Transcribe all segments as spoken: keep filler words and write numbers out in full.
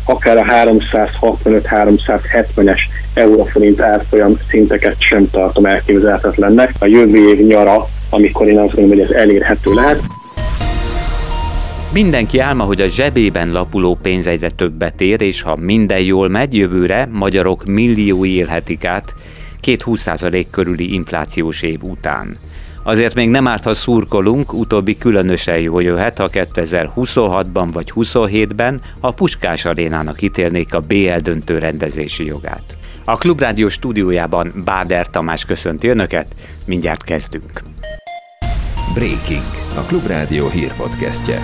akár a háromszázhatvanöt-háromszázhetvenes euróforint árfolyam szinteket sem tartom elképzelhetetlennek a jövő év nyara, amikor én azt gondolom, hogy ez elérhető lehet. Mindenki álma, hogy a zsebében lapuló pénz egyre többet ér, és ha minden jól megy, jövőre magyarok milliói élhetik át két húsz százalék körüli inflációs év után. Azért még nem árt, ha szurkolunk, utóbbi különösen jól jöhet, ha kétezer-huszonhatban vagy huszonhétben a Puskás Arénának ítélnék a bé el döntő rendezési jogát. A Klubrádió stúdiójában Báder Tamás köszönti Önöket, mindjárt kezdünk. Breaking, a Klubrádió hírpodcastje.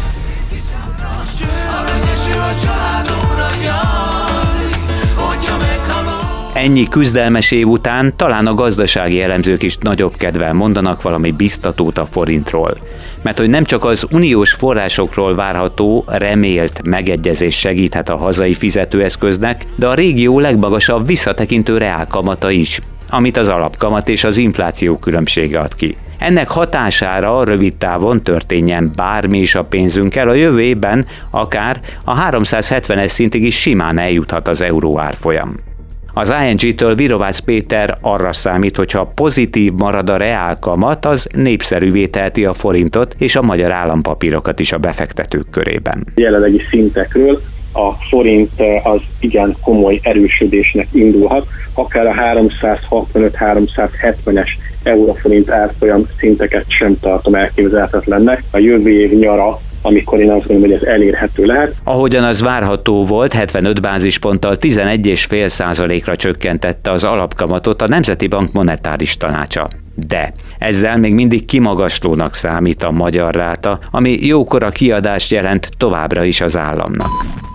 Ennyi küzdelmes év után talán a gazdasági elemzők is nagyobb kedvel mondanak valami biztatót a forintról. Mert hogy nem csak az uniós forrásokról várható, remélt megegyezés segíthet a hazai fizetőeszköznek, de a régió legmagasabb visszatekintő reálkamata is, amit az alapkamat és az infláció különbsége ad ki. Ennek hatására rövid távon történjen bármi is a pénzünkkel, a jövő évben akár a háromszázhetvenes szintig is simán eljuthat az euró árfolyam. Az i en gé-től Virovácz Péter arra számít, hogyha pozitív marad a reálkamat, az népszerűvé teheti a forintot és a magyar állampapírokat is a befektetők körében. Jelenlegi szintekről a forint az igen komoly erősödésnek indulhat, akár a háromszázhatvanöt-háromszázhetvenes euróforint árfolyam szinteket sem tartom elképzelhetetlennek a jövő év nyara, amikor én azt gondolom, hogy ez elérhető lehet. Ahogyan az várható volt, hetvenöt bázisponttal tizenegy egész öt százalékra csökkentette az alapkamatot a Nemzeti Bank monetáris tanácsa. De ezzel még mindig kimagaslónak számít a magyar ráta, ami jókora kiadást jelent továbbra is az államnak.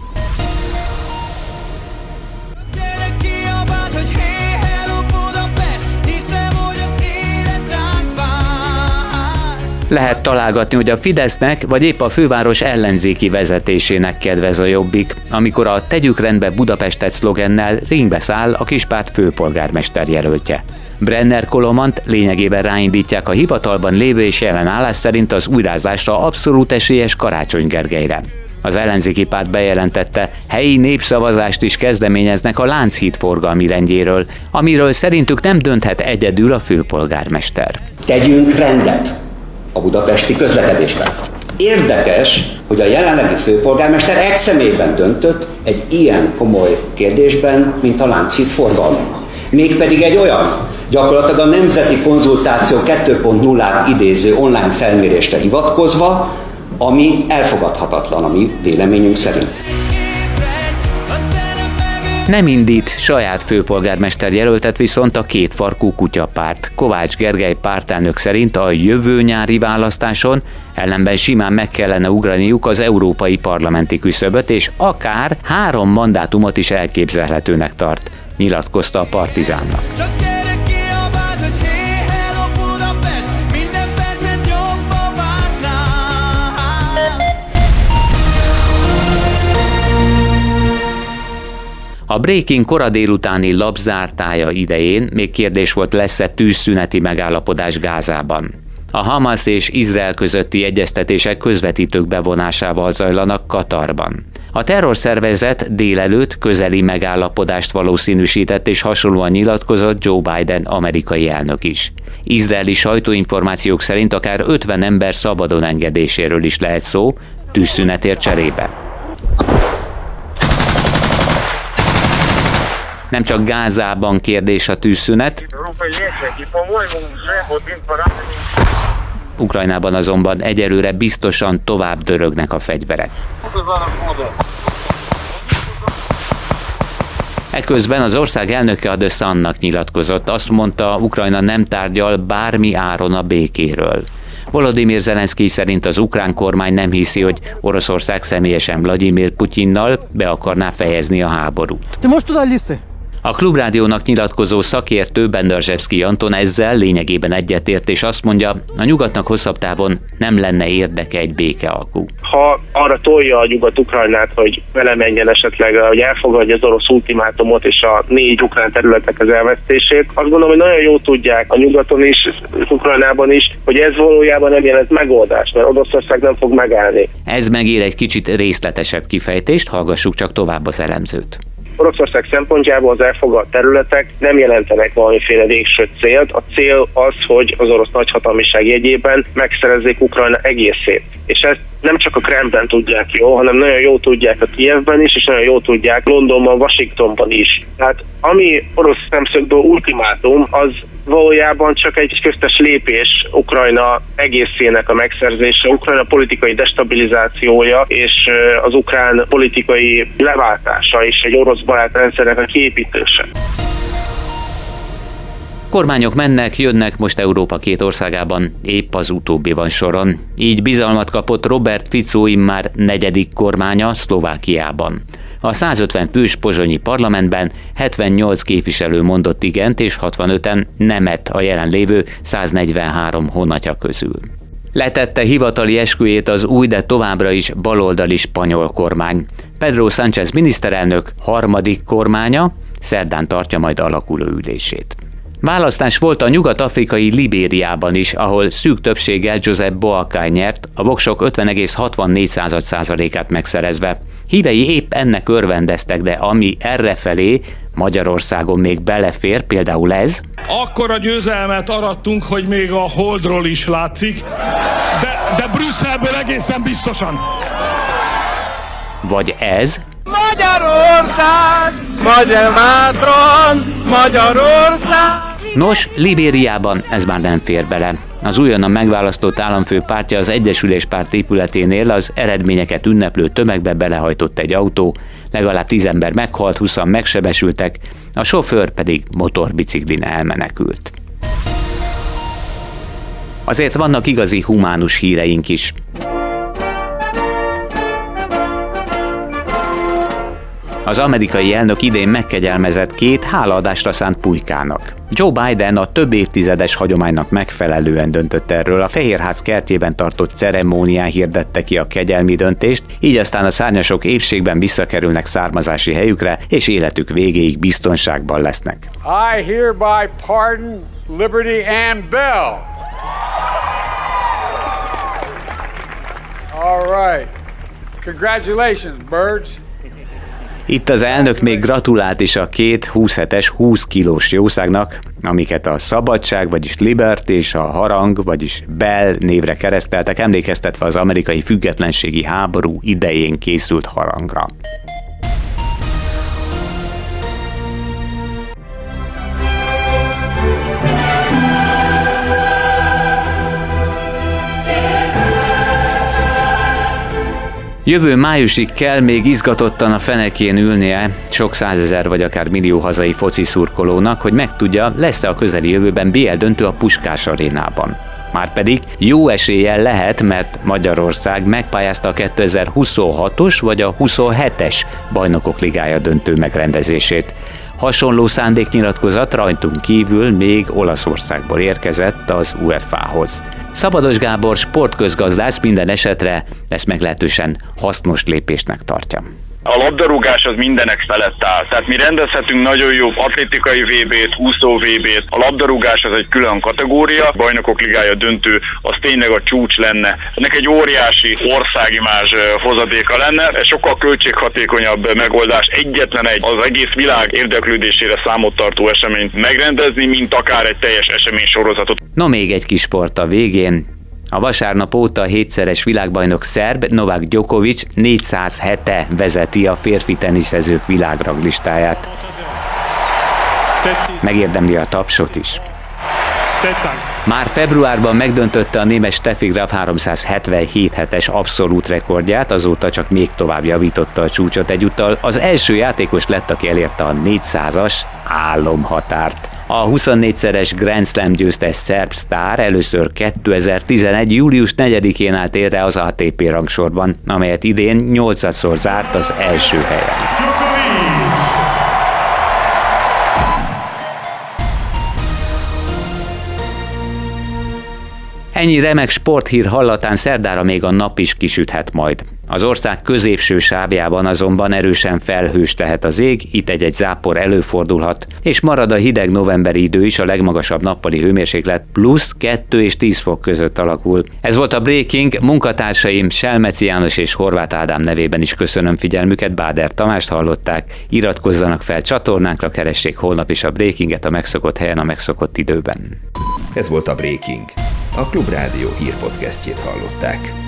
Lehet találgatni, hogy a Fidesznek vagy épp a főváros ellenzéki vezetésének kedvez a Jobbik, amikor a Tegyük rendbe Budapestet szlogennel ringbe száll a kispárt főpolgármester jelöltje. Brenner Kolomant lényegében ráindítják a hivatalban lévő és jelen állás szerint az újrázásra abszolút esélyes Karácsony Gergelyre. Az ellenzéki párt bejelentette, helyi népszavazást is kezdeményeznek a Lánchíd forgalmi rendjéről, amiről szerintük nem dönthet egyedül a főpolgármester. Tegyünk rendet a budapesti közlekedésben. Érdekes, hogy a jelenlegi főpolgármester egy személyben döntött egy ilyen komoly kérdésben, mint a Lánchíd forgalma. Mégpedig egy olyan, gyakorlatilag a Nemzeti Konzultáció kettő pont nullát idéző online felmérésre hivatkozva, ami elfogadhatatlan a mi véleményünk szerint. Nem indít saját főpolgármester jelöltet viszont a kétfarkú kutyapárt. Kovács Gergely pártelnök szerint a jövő nyári választáson ellenben simán meg kellene ugraniuk az európai parlamenti küszöböt, és akár három mandátumot is elképzelhetőnek tart, nyilatkozta a Partizánnak. A Breaking kora délutáni lapzártája idején még kérdés volt, lesz-e tűzszüneti megállapodás Gázában. A Hamas és Izrael közötti egyeztetések közvetítők bevonásával zajlanak Katarban. A terrorszervezet délelőtt közeli megállapodást valószínűsített és hasonlóan nyilatkozott Joe Biden amerikai elnök is. Izraeli sajtóinformációk szerint akár ötven ember szabadon engedéséről is lehet szó, tűzszünetért cserébe. Nem csak Gázában kérdés a tűzszünet, Ukrajnában azonban egyelőre biztosan tovább dörögnek a fegyverek. Eközben az ország elnöke a The Sun-nak nyilatkozott, azt mondta, Ukrajna nem tárgyal bármi áron a békéről. Volodymyr Zelenszkij szerint az ukrán kormány nem hiszi, hogy Oroszország személyesen Vladimir Putyinnal be akarná fejezni a háborút. A Klubrádiónak nyilatkozó szakértő Benderzsevszky Anton ezzel lényegében egyetért, és azt mondja, a nyugatnak hosszabb távon nem lenne érdeke egy békealkú. Ha arra tolja a nyugat Ukrajnát, hogy belemenjen esetleg, hogy elfogadja az orosz ultimátumot és a négy ukrán területek az elvesztését, azt gondolom, hogy nagyon jól tudják a nyugaton is, Ukrajnában is, hogy ez valójában nem jelent megoldást, mert Oroszország nem fog megállni. Ez megér egy kicsit részletesebb kifejtést, hallgassuk csak tovább az elemzőt. Oroszország szempontjából az elfogadt területek nem jelentenek valamiféle végső célt. A cél az, hogy az orosz nagyhatalmiság jegyében megszerezzék Ukrajna egészét. És ezt nem csak a Kremlben tudják jó, hanem nagyon jól tudják a Kijevben is, és nagyon jól tudják Londonban, Washingtonban is. Tehát ami orosz szemszögből ultimátum, az valójában csak egy köztes lépés Ukrajna egészének a megszerzése, Ukrajna politikai destabilizációja és az ukrán politikai leváltása és egy orosz barát rendszernek a kiépítése. Kormányok mennek, jönnek, most Európa két országában épp az utóbbi van soron. Így bizalmat kapott Robert Fico immár negyedik kormánya Szlovákiában. A százötven fős pozsonyi parlamentben hetvennyolc képviselő mondott igent és hatvanöten nemet a jelenlévő száznegyvenhárom honatja közül. Letette hivatali esküjét az új, de továbbra is baloldali spanyol kormány. Pedro Sánchez miniszterelnök harmadik kormánya szerdán tartja majd alakuló ülését. Választás volt a nyugat-afrikai Libériában is, ahol szűk többséggel Josep Boakai nyert, a voksok ötven egész hatvannégy százalékát megszerezve. Hívei épp ennek örvendeztek, de ami errefelé Magyarországon még belefér, például ez. Akkora győzelmet arattunk, hogy még a Holdról is látszik, de, de Brüsszelből egészen biztosan. Vagy ez. Magyarország, Magyar Mátron, Magyarország. Nos, Libériában ez már nem fér bele. Az újonnan megválasztott államfő pártja az Egyesülés Párt épületénél az eredményeket ünneplő tömegbe belehajtott egy autó, legalább tíz ember meghalt, húszan megsebesültek, a sofőr pedig motorbiciklin elmenekült. Azért vannak igazi humánus híreink is. Az amerikai elnök idén megkegyelmezett két hálaadásra szánt pulykának. Joe Biden a több évtizedes hagyománynak megfelelően döntött erről, a Fehérház kertjében tartott ceremónián hirdette ki a kegyelmi döntést, így aztán a szárnyasok épségben visszakerülnek származási helyükre, és életük végéig biztonságban lesznek. I hereby pardon Liberty Ann Bell. All right. Congratulations, birds. Itt az elnök még gratulált is a két húszhetes húsz kilós jószágnak, amiket a Szabadság, vagyis Liberty és a Harang, vagyis Bell névre kereszteltek, emlékeztetve az amerikai függetlenségi háború idején készült harangra. Jövő májusig kell még izgatottan a fenekén ülnie sok százezer vagy akár millió hazai foci szurkolónak, hogy megtudja, lesz-e a közeli jövőben bé el döntő a Puskás arénában. Márpedig jó eséllyel lehet, mert Magyarország megpályázta a kétezer-huszonhatos vagy a huszonhetes Bajnokok Ligája döntő megrendezését. Hasonló szándéknyilatkozat rajtunk kívül még Olaszországból érkezett az u ef á-hoz. Szabados Gábor sportközgazdász minden esetre ezt meglehetősen hasznos lépésnek tartja. A labdarúgás az mindenek felett áll. Tehát mi rendezhetünk nagyon jó atlétikai vé bét, úszó vé bét. A labdarúgás az egy külön kategória. A Bajnokok Ligája döntő az tényleg a csúcs lenne. Ennek egy óriási országimázs hozadéka lenne. Ez sokkal költséghatékonyabb megoldás egyetlen egy az egész világ érdeklődésére számot tartó eseményt megrendezni, mint akár egy teljes eseménysorozatot. No, még egy kis sport a végén. A vasárnap óta hétszeres világbajnok szerb Novák Djokovic négyszáz hete vezeti a férfi teniszezők világranglistáját. Megérdemli a tapsot is. Már februárban megdöntötte a német Steffi Graf háromszázhetvenhét hetes abszolút rekordját, azóta csak még tovább javította a csúcsot, egyúttal az első játékos lett, aki elérte a négyszázas álomhatárt. A huszonnegyszeres Grand Slam győztes szerb sztár először kétezer-tizenegy. július negyedikén állt érre az á té pé rangsorban, amelyet idén nyolcadszor zárt az első helyen. Ennyi remek sporthír hallatán szerdára még a nap is kisüthet majd. Az ország középső sávjában azonban erősen felhős lehet az ég, itt egy-egy zápor előfordulhat, és marad a hideg novemberi idő is, a legmagasabb nappali hőmérséklet plusz kettő és tíz fok között alakul. Ez volt a Breaking, munkatársaim Selmeci János és Horváth Ádám nevében is köszönöm figyelmüket, Báder Tamást hallották, iratkozzanak fel csatornánkra, keressék holnap is a Breakinget a megszokott helyen, a megszokott időben. Ez volt a Breaking. A Klubrádió hírpodcastjét hallották.